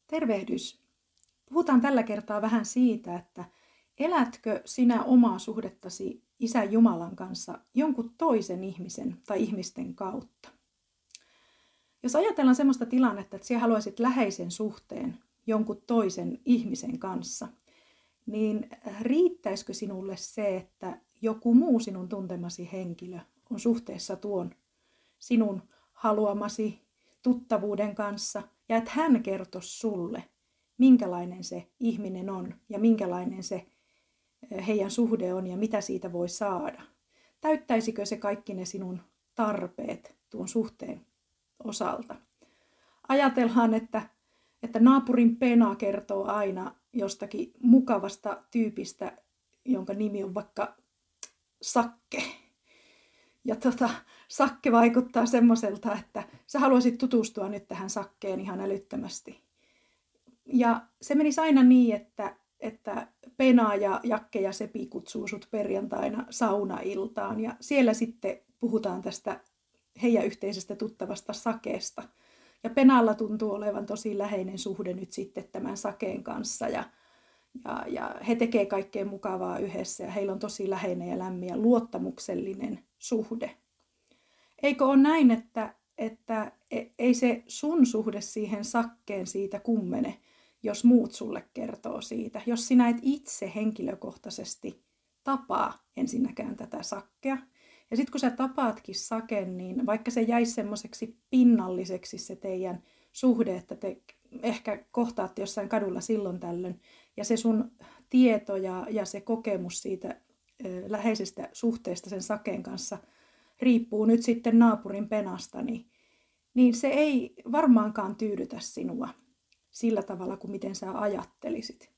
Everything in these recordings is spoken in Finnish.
Tervehdys. Puhutaan tällä kertaa vähän siitä, että elätkö sinä omaa suhdettasi Isän Jumalan kanssa jonkun toisen ihmisen tai ihmisten kautta. Jos ajatellaan sellaista tilannetta, että sinä haluaisit läheisen suhteen jonkun toisen ihmisen kanssa, niin riittäisikö sinulle se, että joku muu sinun tuntemasi henkilö on suhteessa tuon sinun haluamasi tuttavuuden kanssa ja että hän kertoisi sulle, minkälainen se ihminen on ja minkälainen se heidän suhde on ja mitä siitä voi saada. Täyttäisikö se kaikki ne sinun tarpeet tuon suhteen osalta? Ajatellaan, että naapurin pena kertoo aina jostakin mukavasta tyypistä, jonka nimi on vaikka Sakke. Ja Sakke vaikuttaa semmoiselta, että sä haluaisit tutustua nyt tähän Sakkeen ihan älyttömästi. Ja se menisi aina niin, että Pena ja Jakke ja Sepi kutsuu sut perjantaina saunailtaan. Ja siellä sitten puhutaan tästä heidän yhteisestä tuttavasta Sakeesta. Ja Penalla tuntuu olevan tosi läheinen suhde nyt sitten tämän Sakeen kanssa. Ja he tekee kaikkea mukavaa yhdessä ja heillä on tosi läheinen ja lämmin ja luottamuksellinen suhde. Eikö ole näin, että ei se sun suhde siihen Sakkeen siitä kummene, jos muut sulle kertoo siitä. Jos sinä et itse henkilökohtaisesti tapaa ensinnäkään tätä Sakkea. Ja sitten kun sä tapaatkin Saken, niin vaikka se jäisi semmoiseksi pinnalliseksi se teidän suhde, että te ehkä kohtaatte jossain kadulla silloin tällöin, ja se sun tieto ja se kokemus siitä läheisestä suhteesta sen Saken kanssa riippuu nyt sitten naapurin Penasta, niin se ei varmaankaan tyydytä sinua sillä tavalla kuin miten sä ajattelisit.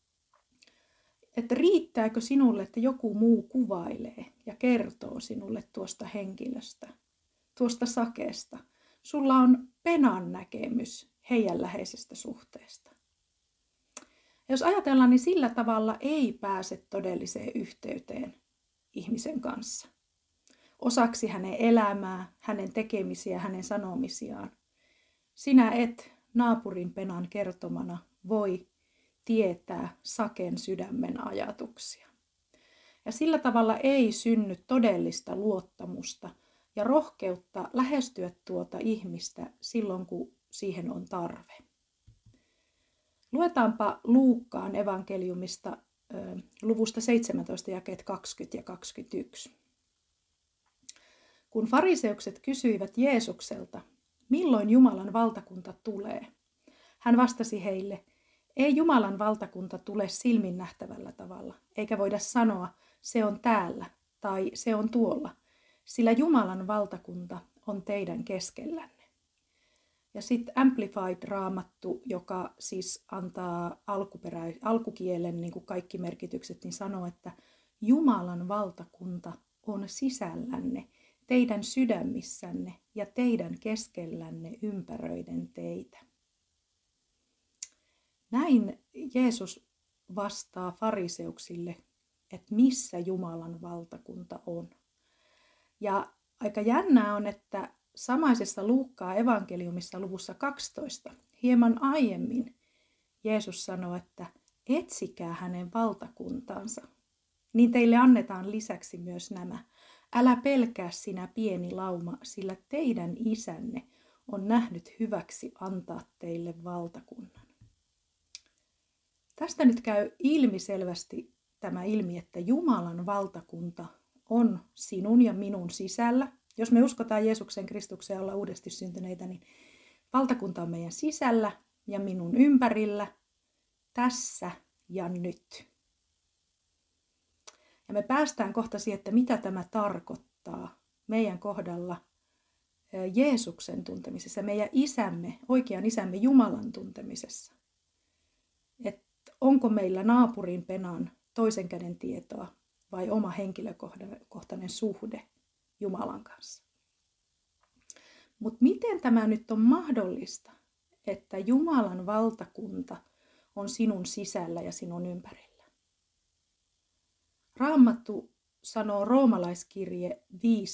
Että riittääkö sinulle, että joku muu kuvailee ja kertoo sinulle tuosta henkilöstä, tuosta Sakeesta. Sulla on Penan näkemys heidän läheisestä suhteesta. Ja jos ajatellaan, niin sillä tavalla ei pääse todelliseen yhteyteen ihmisen kanssa. Osaksi hänen elämää, hänen tekemisiä, hänen sanomisiaan. Sinä et naapurin Penan kertomana voi tietää Saken sydämen ajatuksia. Ja sillä tavalla ei synny todellista luottamusta ja rohkeutta lähestyä tuota ihmistä silloin, kun siihen on tarve. Luetaanpa Luukkaan evankeliumista luvusta 17 jakeet 20 ja 21. Kun fariseukset kysyivät Jeesukselta, milloin Jumalan valtakunta tulee, hän vastasi heille, ei Jumalan valtakunta tule silmin nähtävällä tavalla, eikä voida sanoa, se on täällä tai se on tuolla, sillä Jumalan valtakunta on teidän keskellänne. Ja sitten Amplified-raamattu, joka siis antaa alkukielen niin kuin kaikki merkitykset, niin sanoo, että Jumalan valtakunta on sisällänne, teidän sydämissänne ja teidän keskellänne ympäröiden teitä. Näin Jeesus vastaa fariseuksille, että missä Jumalan valtakunta on. Ja aika jännää on, että samaisessa Luukkaa evankeliumissa luvussa 12, hieman aiemmin, Jeesus sanoi, että etsikää hänen valtakuntaansa. Niin teille annetaan lisäksi myös nämä. Älä pelkää sinä pieni lauma, sillä teidän isänne on nähnyt hyväksi antaa teille valtakunnan. Tästä nyt käy ilmiselvästi tämä ilmi, että Jumalan valtakunta on sinun ja minun sisällä. Jos me uskotaan Jeesuksen Kristukseen ja ollaan uudesti syntyneitä, niin valtakunta on meidän sisällä ja minun ympärillä, tässä ja nyt. Ja me päästään kohta siihen, että mitä tämä tarkoittaa meidän kohdalla Jeesuksen tuntemisessa, meidän isämme, oikean isämme Jumalan tuntemisessa. Että onko meillä naapurin Penan toisen käden tietoa vai oma henkilökohtainen suhde Jumalan kanssa. Mutta miten tämä nyt on mahdollista, että Jumalan valtakunta on sinun sisällä ja sinun ympärillä? Raamattu sanoo roomalaiskirje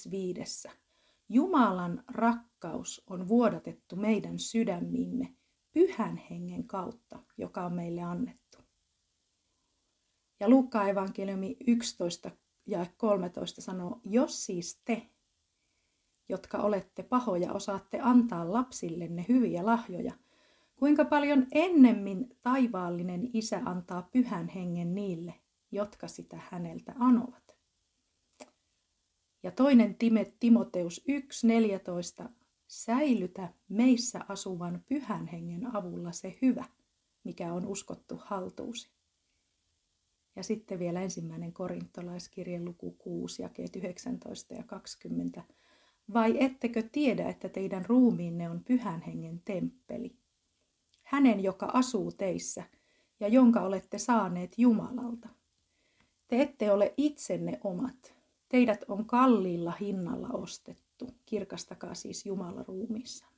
5:5. Jumalan rakkaus on vuodatettu meidän sydämiimme Pyhän Hengen kautta, joka on meille annettu. Ja Luukkaan evankeliumi 11 ja 13 sanoo, jos siis te, jotka olette pahoja, osaatte antaa lapsillenne hyviä lahjoja, kuinka paljon ennemmin taivaallinen Isä antaa Pyhän Hengen niille, jotka sitä häneltä anovat. Ja toinen Timoteus 1.14. Säilytä meissä asuvan Pyhän Hengen avulla se hyvä, mikä on uskottu haltuusi. Ja sitten vielä 1. korintolaiskirje luku 6, jakeet 19 ja 20. Vai ettekö tiedä, että teidän ruumiinne on Pyhän Hengen temppeli? Hänen, joka asuu teissä ja jonka olette saaneet Jumalalta. Te ette ole itsenne omat. Teidät on kalliilla hinnalla ostettu. Kirkastakaa siis Jumala ruumiissanne.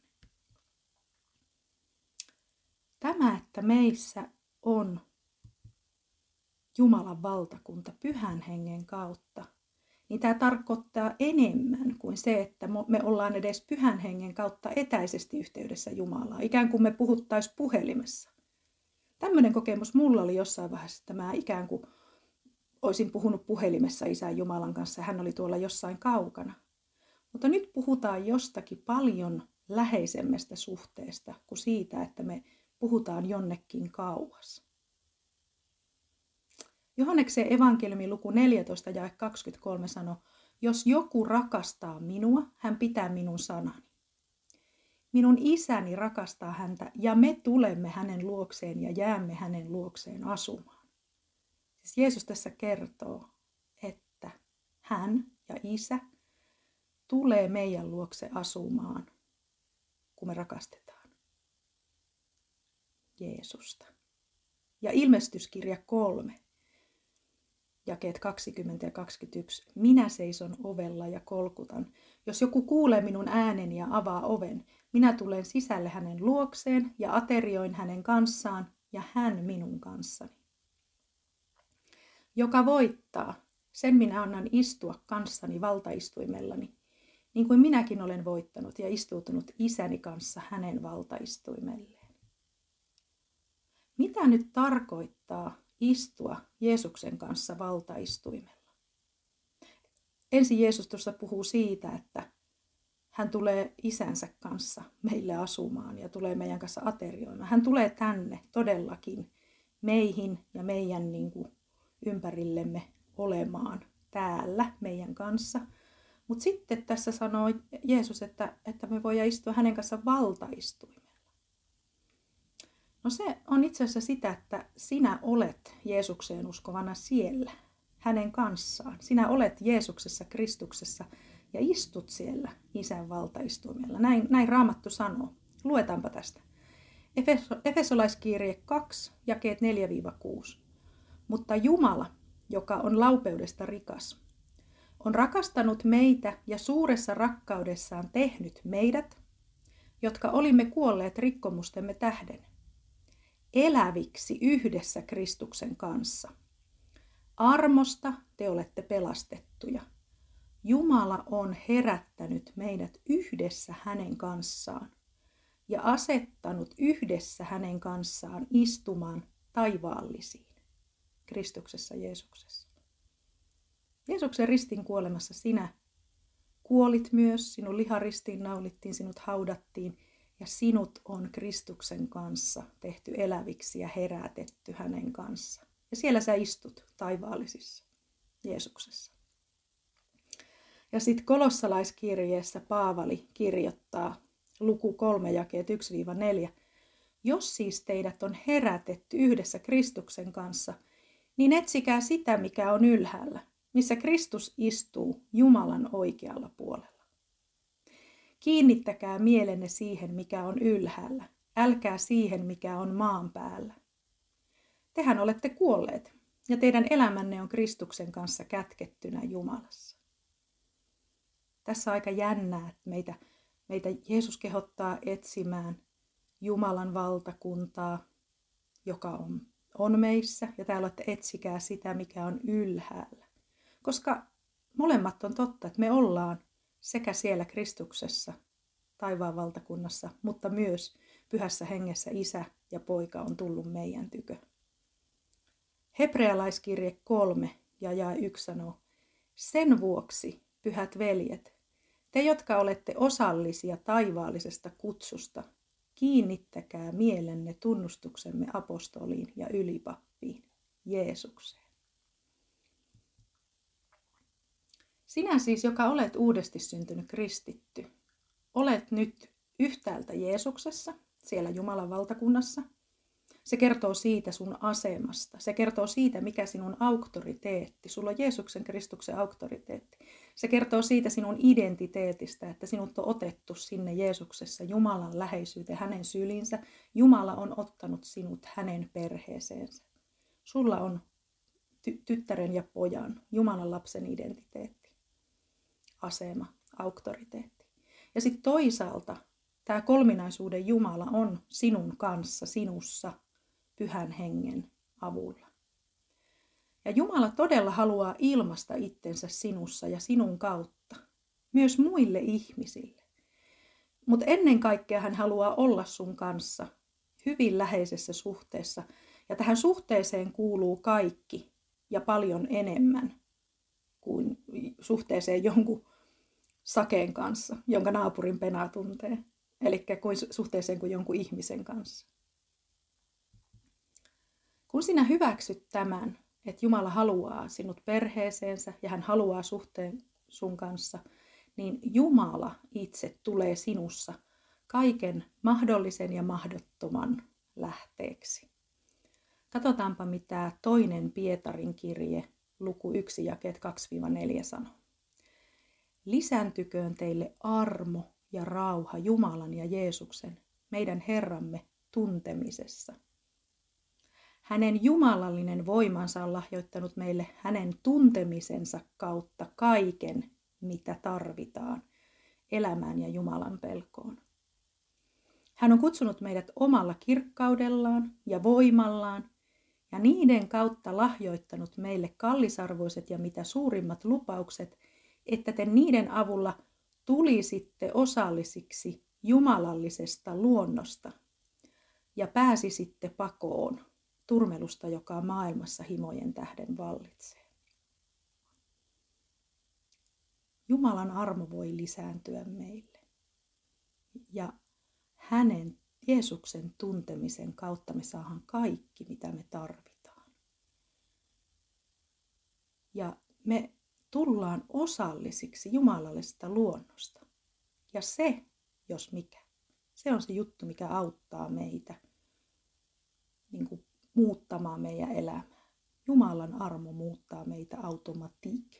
Tämä, että meissä on Jumalan valtakunta Pyhän Hengen kautta, niin tämä tarkoittaa enemmän kuin se, että me ollaan edes Pyhän Hengen kautta etäisesti yhteydessä Jumalaan, ikään kuin me puhuttaisiin puhelimessa. Tämmöinen kokemus mulla oli jossain vaiheessa, että mä ikään kuin olisin puhunut puhelimessa Isän Jumalan kanssa ja hän oli tuolla jossain kaukana. Mutta nyt puhutaan jostakin paljon läheisemmästä suhteesta kuin siitä, että me puhutaan jonnekin kauas. Johanneksen evankeliumin luku 14 jae 23 sanoo, jos joku rakastaa minua, hän pitää minun sanani. Minun isäni rakastaa häntä ja me tulemme hänen luokseen ja jäämme hänen luokseen asumaan. Siis Jeesus tässä kertoo, että hän ja isä tulee meidän luokse asumaan, kun me rakastetaan Jeesusta. Ja ilmestyskirja 3. Jakeet 20 ja 21. Minä seison ovella ja kolkutan. Jos joku kuulee minun ääneni ja avaa oven, minä tulen sisälle hänen luokseen ja aterioin hänen kanssaan ja hän minun kanssani. Joka voittaa, sen minä annan istua kanssani valtaistuimellani, niin kuin minäkin olen voittanut ja istuutunut isäni kanssa hänen valtaistuimelleen. Mitä nyt tarkoittaa istua Jeesuksen kanssa valtaistuimella? Ensin Jeesus tuossa puhuu siitä, että hän tulee isänsä kanssa meille asumaan ja tulee meidän kanssa aterioimaan. Hän tulee tänne todellakin meihin ja meidän ympärillemme olemaan täällä meidän kanssa. Mutta sitten tässä sanoo Jeesus, että me voidaan istua hänen kanssa valtaistuimella. No se on itse asiassa sitä, että sinä olet Jeesukseen uskovana siellä, hänen kanssaan. Sinä olet Jeesuksessa, Kristuksessa ja istut siellä Isän valtaistuimella. Näin Raamattu sanoo. Luetaanpa tästä. Efesolaiskirje 2, jakeet 4-6. Mutta Jumala, joka on laupeudesta rikas, on rakastanut meitä ja suuressa rakkaudessaan tehnyt meidät, jotka olimme kuolleet rikkomustemme tähden, eläviksi yhdessä Kristuksen kanssa. Armosta te olette pelastettuja. Jumala on herättänyt meidät yhdessä hänen kanssaan ja asettanut yhdessä hänen kanssaan istumaan taivaallisiin Kristuksessa Jeesuksessa. Jeesuksen ristin kuolemassa sinä kuolit myös, sinun liharistiin naulittiin, sinut haudattiin ja sinut on Kristuksen kanssa tehty eläviksi ja herätetty hänen kanssa. Ja siellä sä istut taivaallisissa Jeesuksessa. Ja sitten kolossalaiskirjeessä Paavali kirjoittaa luku 3 jakeet 1-4. Jos siis teidät on herätetty yhdessä Kristuksen kanssa, niin etsikää sitä, mikä on ylhäällä, missä Kristus istuu Jumalan oikealla puolella. Kiinnittäkää mielenne siihen, mikä on ylhäällä, älkää siihen, mikä on maan päällä. Tehän olette kuolleet, ja teidän elämänne on Kristuksen kanssa kätkettynä Jumalassa. Tässä on aika jännää, että meitä Jeesus kehottaa etsimään Jumalan valtakuntaa, joka on meissä, ja täällä että etsikää sitä, mikä on ylhäällä. Koska molemmat on totta, että me ollaan sekä siellä Kristuksessa, taivaan valtakunnassa, mutta myös Pyhässä hengessä Isä ja Poika on tullut meidän tykö. Hebrealaiskirje 3 ja jae 1 sanoo, sen vuoksi, pyhät veljet, te jotka olette osallisia taivaallisesta kutsusta, kiinnittäkää mielenne tunnustuksemme apostoliin ja ylipappiin, Jeesukseen. Sinä siis, joka olet uudesti syntynyt kristitty, olet nyt yhtäältä Jeesuksessa, siellä Jumalan valtakunnassa. Se kertoo siitä sun asemasta. Se kertoo siitä, mikä sinun auktoriteetti. Sulla on Jeesuksen Kristuksen auktoriteetti. Se kertoo siitä sinun identiteetistä, että sinut on otettu sinne Jeesuksessa Jumalan läheisyyteen, hänen syliinsä. Jumala on ottanut sinut hänen perheeseensä. Sulla on tyttären ja pojan, Jumalan lapsen identiteetti, asema, auktoriteetti. Ja sitten toisaalta tämä kolminaisuuden Jumala on sinun kanssa, sinussa, Pyhän Hengen avulla. Ja Jumala todella haluaa ilmaista itsensä sinussa ja sinun kautta, myös muille ihmisille. Mutta ennen kaikkea hän haluaa olla sun kanssa hyvin läheisessä suhteessa. Ja tähän suhteeseen kuuluu kaikki ja paljon enemmän kuin suhteeseen jonkun sakeen kanssa, jonka naapurin penaa tuntee. Eli kuin suhteeseen kuin jonkun ihmisen kanssa. Kun sinä hyväksyt tämän, että Jumala haluaa sinut perheeseensä ja hän haluaa suhteen sun kanssa, niin Jumala itse tulee sinussa kaiken mahdollisen ja mahdottoman lähteeksi. Katsotaanpa, mitä 2. Pietarin kirje, luku 1, jakeet 2-4 sanoo. Lisääntyköön teille armo ja rauha Jumalan ja Jeesuksen, meidän Herramme, tuntemisessa. Hänen jumalallinen voimansa on lahjoittanut meille hänen tuntemisensa kautta kaiken, mitä tarvitaan elämään ja Jumalan pelkoon. Hän on kutsunut meidät omalla kirkkaudellaan ja voimallaan ja niiden kautta lahjoittanut meille kallisarvoiset ja mitä suurimmat lupaukset, että te niiden avulla tulisitte osallisiksi jumalallisesta luonnosta ja pääsisitte pakoon turmelusta, joka maailmassa himojen tähden vallitsee. Jumalan armo voi lisääntyä meille ja hänen Jeesuksen tuntemisen kautta me saadaan kaikki, mitä me tarvitaan. Ja me tullaan osallisiksi jumalallisesta luonnosta. Ja se, jos mikä, se on se juttu, mikä auttaa meitä niin kuin muuttamaan meidän elämää. Jumalan armo muuttaa meitä automatiik.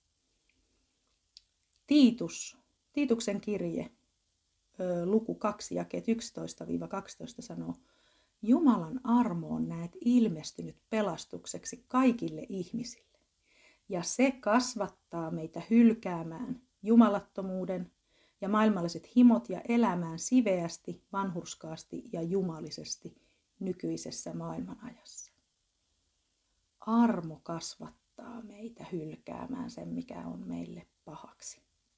Tiituksen kirje, luku 2, jakeet 11-12 sanoo, Jumalan armo on näet ilmestynyt pelastukseksi kaikille ihmisille. Ja se kasvattaa meitä hylkäämään jumalattomuuden ja maailmalliset himot ja elämään siveästi, vanhurskaasti ja jumalisesti nykyisessä maailmanajassa. Armo kasvattaa meitä hylkäämään sen, mikä on meille pahaksi.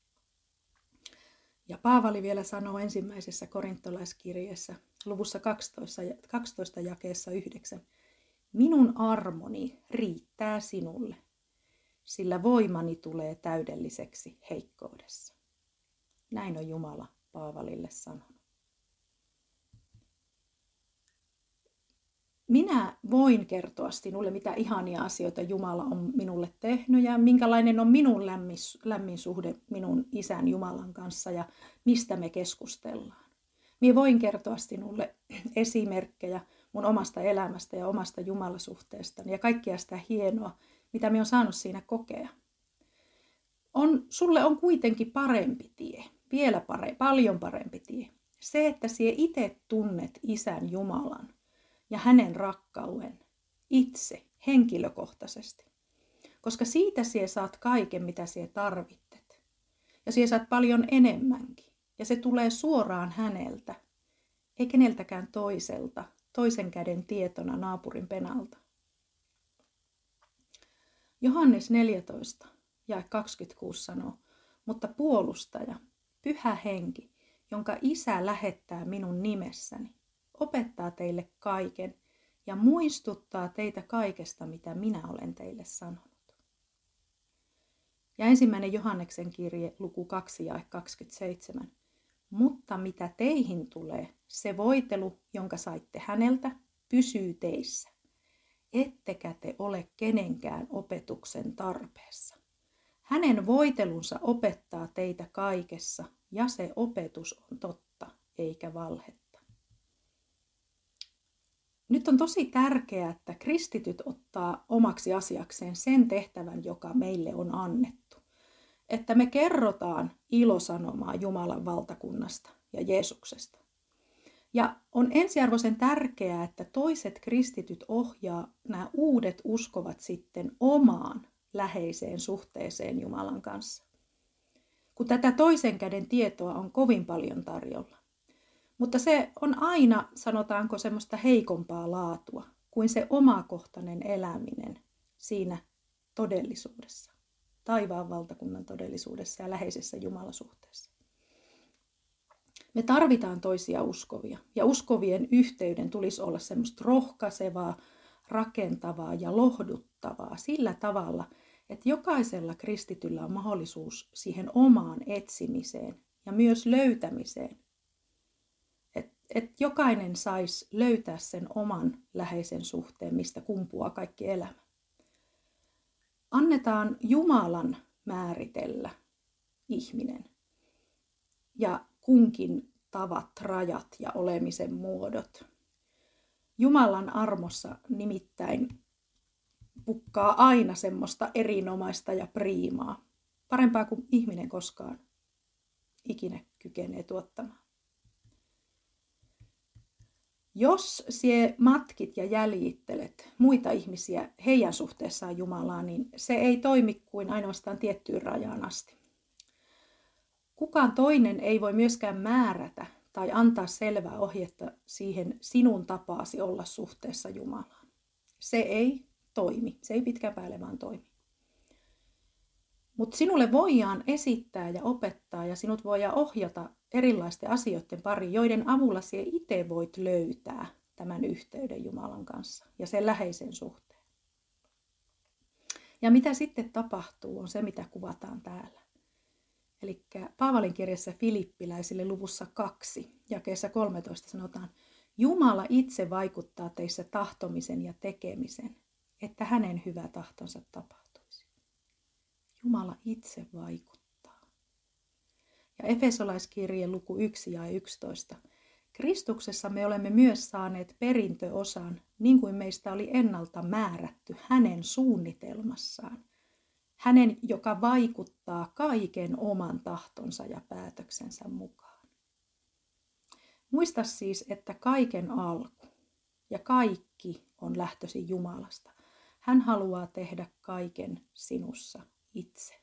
Ja Paavali vielä sanoo ensimmäisessä korintolaiskirjeessä luvussa 12 jakeessa 9. Minun armoni riittää sinulle, sillä voimani tulee täydelliseksi heikkoudessa. Näin on Jumala Paavalille sanonut. Minä voin kertoa sinulle, mitä ihania asioita Jumala on minulle tehnyt ja minkälainen on minun lämmin suhde minun Isän Jumalan kanssa ja mistä me keskustellaan. Minä voin kertoa sinulle esimerkkejä mun omasta elämästä ja omasta Jumalasuhteestani ja kaikkea sitä hienoa, mitä minä olen saanut siinä kokea. Sulle on kuitenkin parempi tie, vielä paljon parempi tie. Se, että sinä itse tunnet Isän Jumalan ja hänen rakkauden itse henkilökohtaisesti. Koska siitä sinä saat kaiken, mitä sinä tarvitset. Ja sinä saat paljon enemmänkin. Ja se tulee suoraan häneltä, ei keneltäkään toiselta, toisen käden tietona naapurin penalta. Johannes 14 ja 26 sanoo, mutta puolustaja, Pyhä Henki, jonka Isä lähettää minun nimessäni, opettaa teille kaiken ja muistuttaa teitä kaikesta, mitä minä olen teille sanonut. Ja 1. Johanneksen kirje, luku 2 ja 27. Mutta mitä teihin tulee, se voitelu, jonka saitte häneltä, pysyy teissä. Ettekä te ole kenenkään opetuksen tarpeessa. Hänen voitelunsa opettaa teitä kaikessa, ja se opetus on totta, eikä valhetta. Nyt on tosi tärkeää, että kristityt ottaa omaksi asiakseen sen tehtävän, joka meille on annettu. Että me kerrotaan ilosanomaa Jumalan valtakunnasta ja Jeesuksesta. Ja on ensiarvoisen tärkeää, että toiset kristityt ohjaa nämä uudet uskovat sitten omaan läheiseen suhteeseen Jumalan kanssa. Kun tätä toisen käden tietoa on kovin paljon tarjolla. Mutta se on aina, sanotaanko, semmoista heikompaa laatua kuin se omakohtainen eläminen siinä todellisuudessa. Taivaan valtakunnan todellisuudessa ja läheisessä Jumalasuhteessa. Me tarvitaan toisia uskovia ja uskovien yhteyden tulisi olla semmoista rohkaisevaa, rakentavaa ja lohduttavaa sillä tavalla, että jokaisella kristityllä on mahdollisuus siihen omaan etsimiseen ja myös löytämiseen. Että jokainen saisi löytää sen oman läheisen suhteen, mistä kumpuaa kaikki elämä. Annetaan Jumalan määritellä ihminen ja kunkin tavat, rajat ja olemisen muodot. Jumalan armossa nimittäin pukkaa aina semmoista erinomaista ja priimaa, parempaa kuin ihminen koskaan ikinä kykenee tuottamaan. Jos sie matkit ja jäljittelet muita ihmisiä heidän suhteessaan Jumalaan, niin se ei toimi kuin ainoastaan tiettyyn rajaan asti. Kukaan toinen ei voi myöskään määrätä tai antaa selvää ohjetta siihen sinun tapaasi olla suhteessa Jumalaan. Se ei toimi, se ei pitkän päälle vaan toimi. Mutta sinulle voidaan esittää ja opettaa ja sinut voidaan ohjata erilaisten asioiden pariin, joiden avulla sinä itse voit löytää tämän yhteyden Jumalan kanssa ja sen läheisen suhteen. Ja mitä sitten tapahtuu, on se, mitä kuvataan täällä. Eli Paavalin kirjassa Filippiläisille luvussa 2, jakeessa 13 sanotaan, Jumala itse vaikuttaa teissä tahtomisen ja tekemisen, että hänen hyvä tahtonsa tapahtuisi. Jumala itse vaikuttaa. Ja Efesolaiskirje luku 1 ja 11. Kristuksessa me olemme myös saaneet perintöosan, niin kuin meistä oli ennalta määrätty hänen suunnitelmassaan. Hänen, joka vaikuttaa kaiken oman tahtonsa ja päätöksensä mukaan. Muista siis, että kaiken alku ja kaikki on lähtöisin Jumalasta. Hän haluaa tehdä kaiken sinussa itse.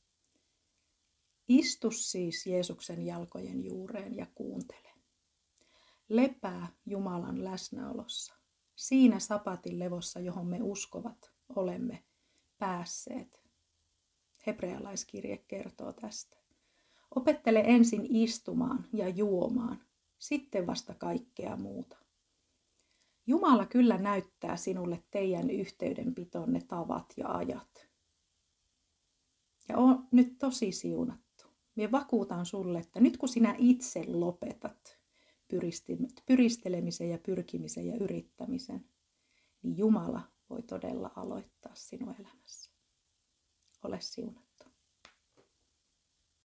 Istu siis Jeesuksen jalkojen juureen ja kuuntele. Lepää Jumalan läsnäolossa. Siinä sapatin levossa, johon me uskovat olemme päässeet. Hebrealaiskirje kertoo tästä. Opettele ensin istumaan ja juomaan, sitten vasta kaikkea muuta. Jumala kyllä näyttää sinulle teidän yhteydenpitonne tavat ja ajat. Ja on nyt tosi siunattu. Minä vakuutan sulle, että nyt kun sinä itse lopetat pyristelemisen ja pyrkimisen ja yrittämisen, niin Jumala voi todella aloittaa sinun elämässä. Ole siunattu.